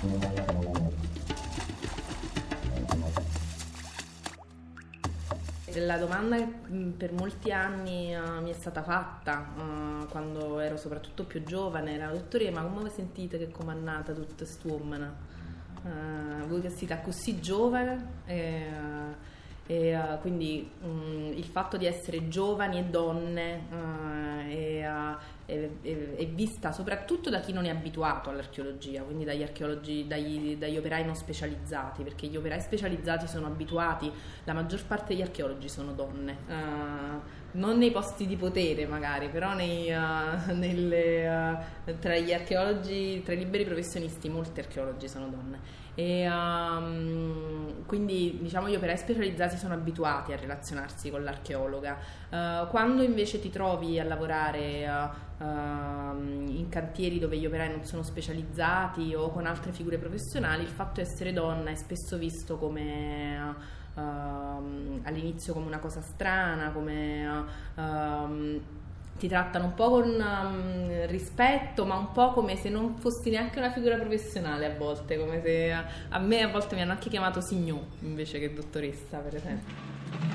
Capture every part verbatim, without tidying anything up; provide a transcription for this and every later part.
La domanda che per molti anni uh, mi è stata fatta uh, quando ero soprattutto più giovane era: dottore, ma come vi sentite che comandate tutta quest'uomo? Uh, voi che siete così giovane e, uh, e uh, quindi um, il fatto di essere giovani e donne uh, e, uh, è, è, è vista soprattutto da chi non è abituato all'archeologia, quindi dagli archeologi, dagli, dagli operai non specializzati, perché gli operai specializzati sono abituati, la maggior parte degli archeologi sono donne, uh, non nei posti di potere magari, però nei, uh, nelle, uh, tra gli archeologi, tra i liberi professionisti molti archeologi sono donne. E um, quindi diciamo gli operai specializzati sono abituati a relazionarsi con l'archeologa. Uh, quando invece ti trovi a lavorare uh, uh, in cantieri dove gli operai non sono specializzati o con altre figure professionali, il fatto di essere donna è spesso visto come uh, uh, all'inizio come una cosa strana, come uh, um, ti trattano un po' con um, rispetto, ma un po' come se non fossi neanche una figura professionale a volte, come se a, a me a volte mi hanno anche chiamato signor invece che dottoressa, per esempio.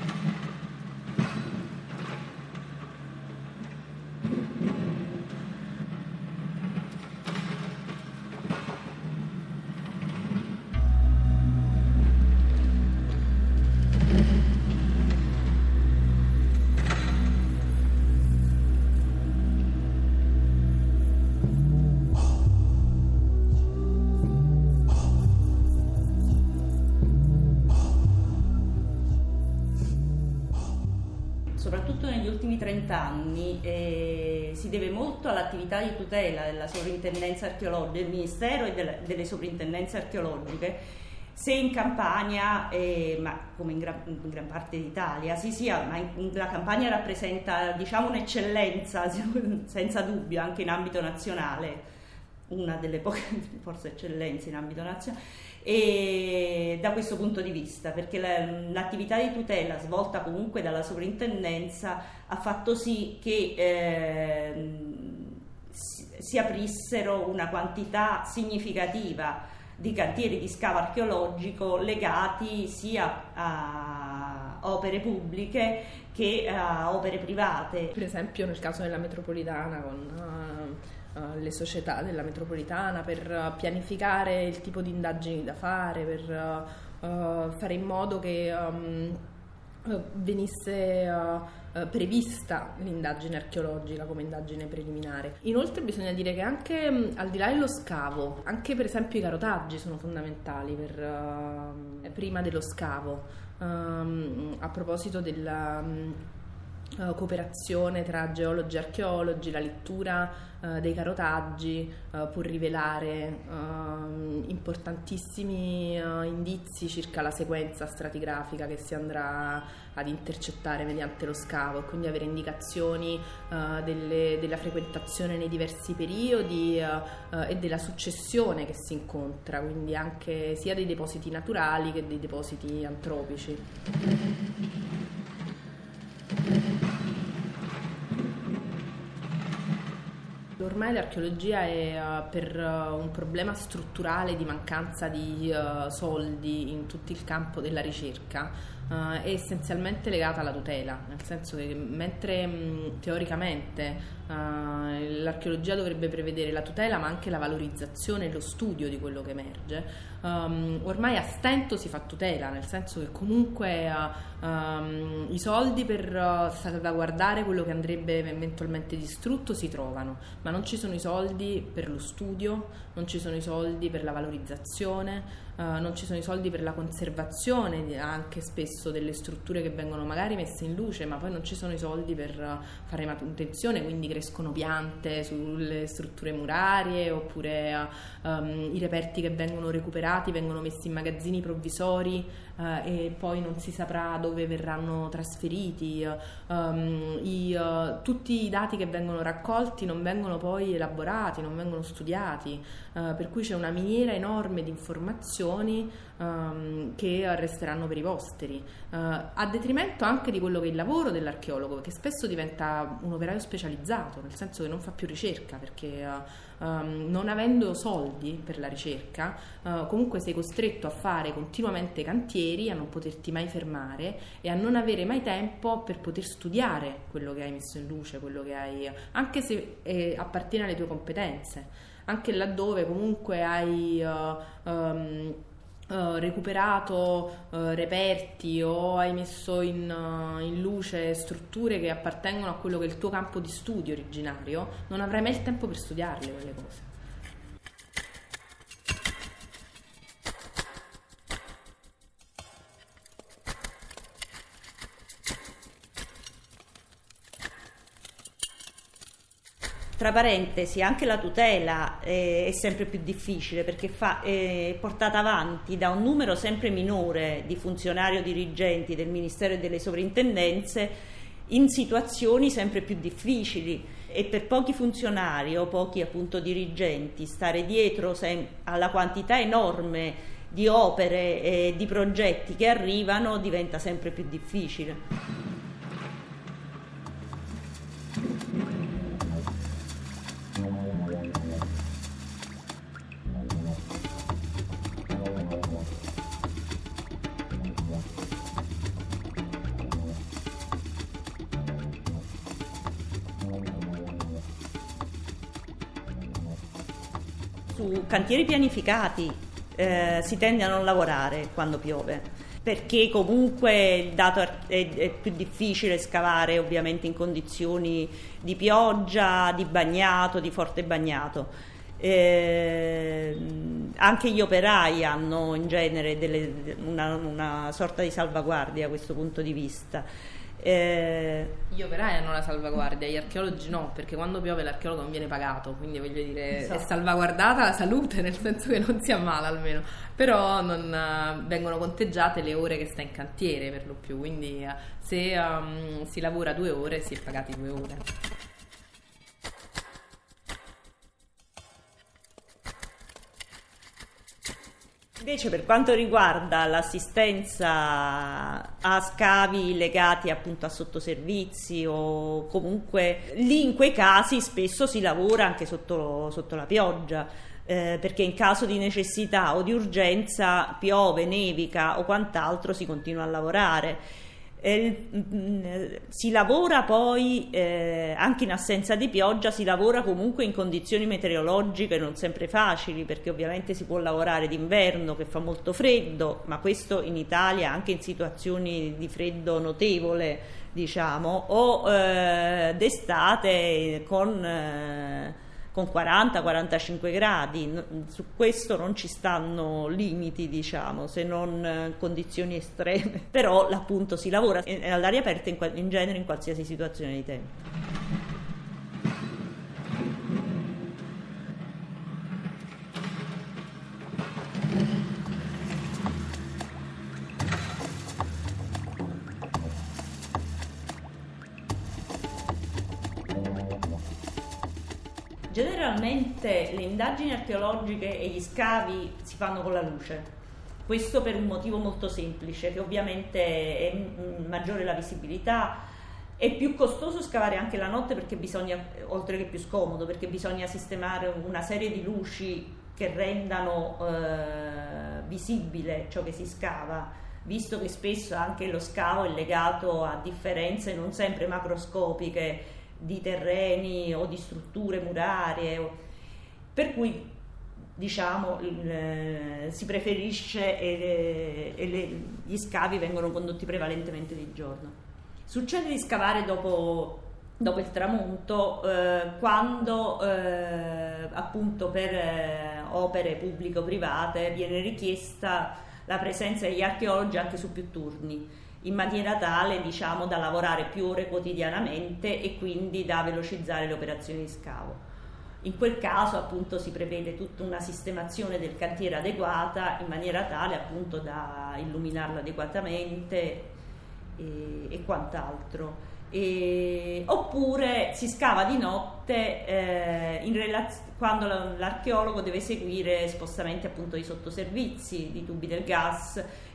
Soprattutto negli ultimi trenta anni eh, si deve molto all'attività di tutela della sovrintendenza archeologica, del Ministero e delle, delle sovrintendenze archeologiche, se in Campania, eh, ma come in gran, in gran parte d'Italia, sì sì, ma in, la Campania rappresenta diciamo un'eccellenza senza dubbio anche in ambito nazionale, una delle poche forse eccellenze in ambito nazionale. E da questo punto di vista, perché l'attività di tutela svolta comunque dalla sovrintendenza ha fatto sì che eh, si aprissero una quantità significativa di cantieri di scavo archeologico legati sia a opere pubbliche che a opere private. Per esempio nel caso della metropolitana con uh... Uh, le società della metropolitana per uh, pianificare il tipo di indagini da fare, per uh, uh, fare in modo che um, uh, venisse uh, uh, prevista l'indagine archeologica come indagine preliminare. Inoltre bisogna dire che anche um, al di là dello scavo, anche per esempio i carotaggi sono fondamentali per, uh, prima dello scavo. Um, a proposito della um, Uh, cooperazione tra geologi e archeologi, la lettura uh, dei carotaggi uh, può rivelare uh, importantissimi uh, indizi circa la sequenza stratigrafica che si andrà ad intercettare mediante lo scavo, e quindi avere indicazioni uh, delle, della frequentazione nei diversi periodi uh, uh, e della successione che si incontra, quindi anche sia dei depositi naturali che dei depositi antropici. Ormai l'archeologia è uh, per uh, un problema strutturale di mancanza di uh, soldi in tutto il campo della ricerca, uh, è essenzialmente legata alla tutela, nel senso che mentre mh, teoricamente uh, l'archeologia dovrebbe prevedere la tutela ma anche la valorizzazione e lo studio di quello che emerge, um, ormai a stento si fa tutela, nel senso che comunque uh, um, i soldi per uh, salvaguardare quello che andrebbe eventualmente distrutto si trovano, ma non ci sono i soldi per lo studio, non ci sono i soldi per la valorizzazione, uh, non ci sono i soldi per la conservazione anche spesso delle strutture che vengono magari messe in luce, ma poi non ci sono i soldi per uh, fare manutenzione, quindi crescono piante sulle strutture murarie, oppure uh, um, i reperti che vengono recuperati vengono messi in magazzini provvisori uh, e poi non si saprà dove verranno trasferiti, uh, um, i, uh, tutti i dati che vengono raccolti non vengono poi elaborati, non vengono studiati, uh, per cui c'è una miniera enorme di informazioni um, che resteranno per i posteri. uh, a detrimento anche di quello che è il lavoro dell'archeologo, che spesso diventa un operaio specializzato, nel senso che non fa più ricerca, perché uh, um, non avendo soldi per la ricerca, uh, comunque sei costretto a fare continuamente cantieri, a non poterti mai fermare e a non avere mai tempo per poter studiare quello che hai messo in luce, quello che hai, anche se eh, appartiene alle tue competenze. Anche laddove comunque hai uh, um, uh, recuperato uh, reperti o hai messo in, uh, in luce strutture che appartengono a quello che è il tuo campo di studio originario, non avrai mai il tempo per studiarle quelle cose. Tra parentesi, anche la tutela è, è sempre più difficile perché fa, è portata avanti da un numero sempre minore di funzionari o dirigenti del Ministero e delle Sovrintendenze in situazioni sempre più difficili, e per pochi funzionari o pochi appunto dirigenti stare dietro sem- alla quantità enorme di opere e di progetti che arrivano diventa sempre più difficile. Su cantieri pianificati eh, si tende a non lavorare quando piove, perché comunque il dato è, è più difficile scavare ovviamente in condizioni di pioggia, di bagnato, di forte bagnato. Eh, anche gli operai hanno in genere delle, una, una sorta di salvaguardia a questo punto di vista. Eh, gli operai hanno la salvaguardia, gli archeologi no, perché quando piove l'archeologo non viene pagato, quindi voglio dire esatto. È salvaguardata la salute, nel senso che non si ammala almeno, però non uh, vengono conteggiate le ore che sta in cantiere per lo più, quindi uh, se um, si lavora due ore si è pagati due ore. Invece per quanto riguarda l'assistenza a scavi legati appunto a sottoservizi o comunque lì in quei casi spesso si lavora anche sotto, sotto la pioggia, eh, perché in caso di necessità o di urgenza piove, nevica o quant'altro si continua a lavorare. Eh, si lavora poi eh, anche in assenza di pioggia, si lavora comunque in condizioni meteorologiche non sempre facili, perché ovviamente si può lavorare d'inverno che fa molto freddo, ma questo in Italia anche in situazioni di freddo notevole, diciamo, o eh, d'estate con eh, con quaranta quarantacinque gradi. Su questo non ci stanno limiti, diciamo, se non condizioni estreme, però appunto si lavora all'aria aperta in, in genere in qualsiasi situazione di tempo. Generalmente le indagini archeologiche e gli scavi si fanno con la luce, questo per un motivo molto semplice, che ovviamente è maggiore la visibilità, è più costoso scavare anche la notte perché bisogna, oltre che più scomodo, perché bisogna sistemare una serie di luci che rendano eh, visibile ciò che si scava, visto che spesso anche lo scavo è legato a differenze non sempre macroscopiche di terreni o di strutture murarie, per cui diciamo eh, si preferisce e, e le, gli scavi vengono condotti prevalentemente di giorno. Succede di scavare dopo, dopo il tramonto eh, quando eh, appunto per eh, opere pubbliche o private viene richiesta la presenza degli archeologi anche su più turni, in maniera tale, diciamo, da lavorare più ore quotidianamente e quindi da velocizzare le operazioni di scavo. In quel caso appunto si prevede tutta una sistemazione del cantiere adeguata in maniera tale appunto da illuminarlo adeguatamente e, e quant'altro. E, oppure si scava di notte eh, in relaz- quando l'archeologo deve eseguire spostamenti appunto di sottoservizi, di tubi del gas,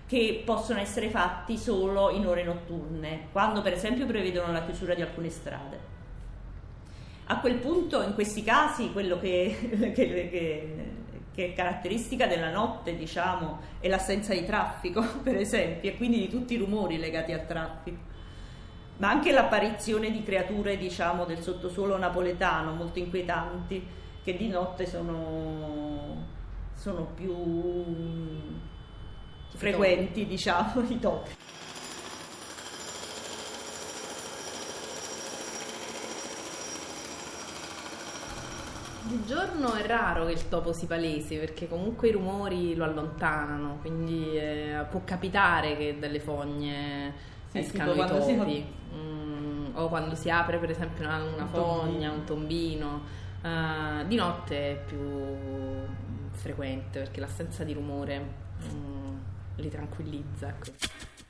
che possono essere fatti solo in ore notturne, quando per esempio prevedono la chiusura di alcune strade. A quel punto, in questi casi, quello che, che, che, che è caratteristica della notte, diciamo, è l'assenza di traffico, per esempio, e quindi di tutti i rumori legati al traffico, ma anche l'apparizione di creature, diciamo, del sottosuolo napoletano molto inquietanti, che di notte sono, sono più frequenti, diciamo, i topi. Di giorno è raro che il topo si palesi, perché comunque i rumori lo allontanano, quindi eh, può capitare che dalle fogne Sì, escano tipo i quando si- topi, Mm, o quando si apre per esempio una, una Un fogna, tombino. un tombino. Eh, di notte è più frequente perché l'assenza di rumore mm, li tranquillizza, ecco.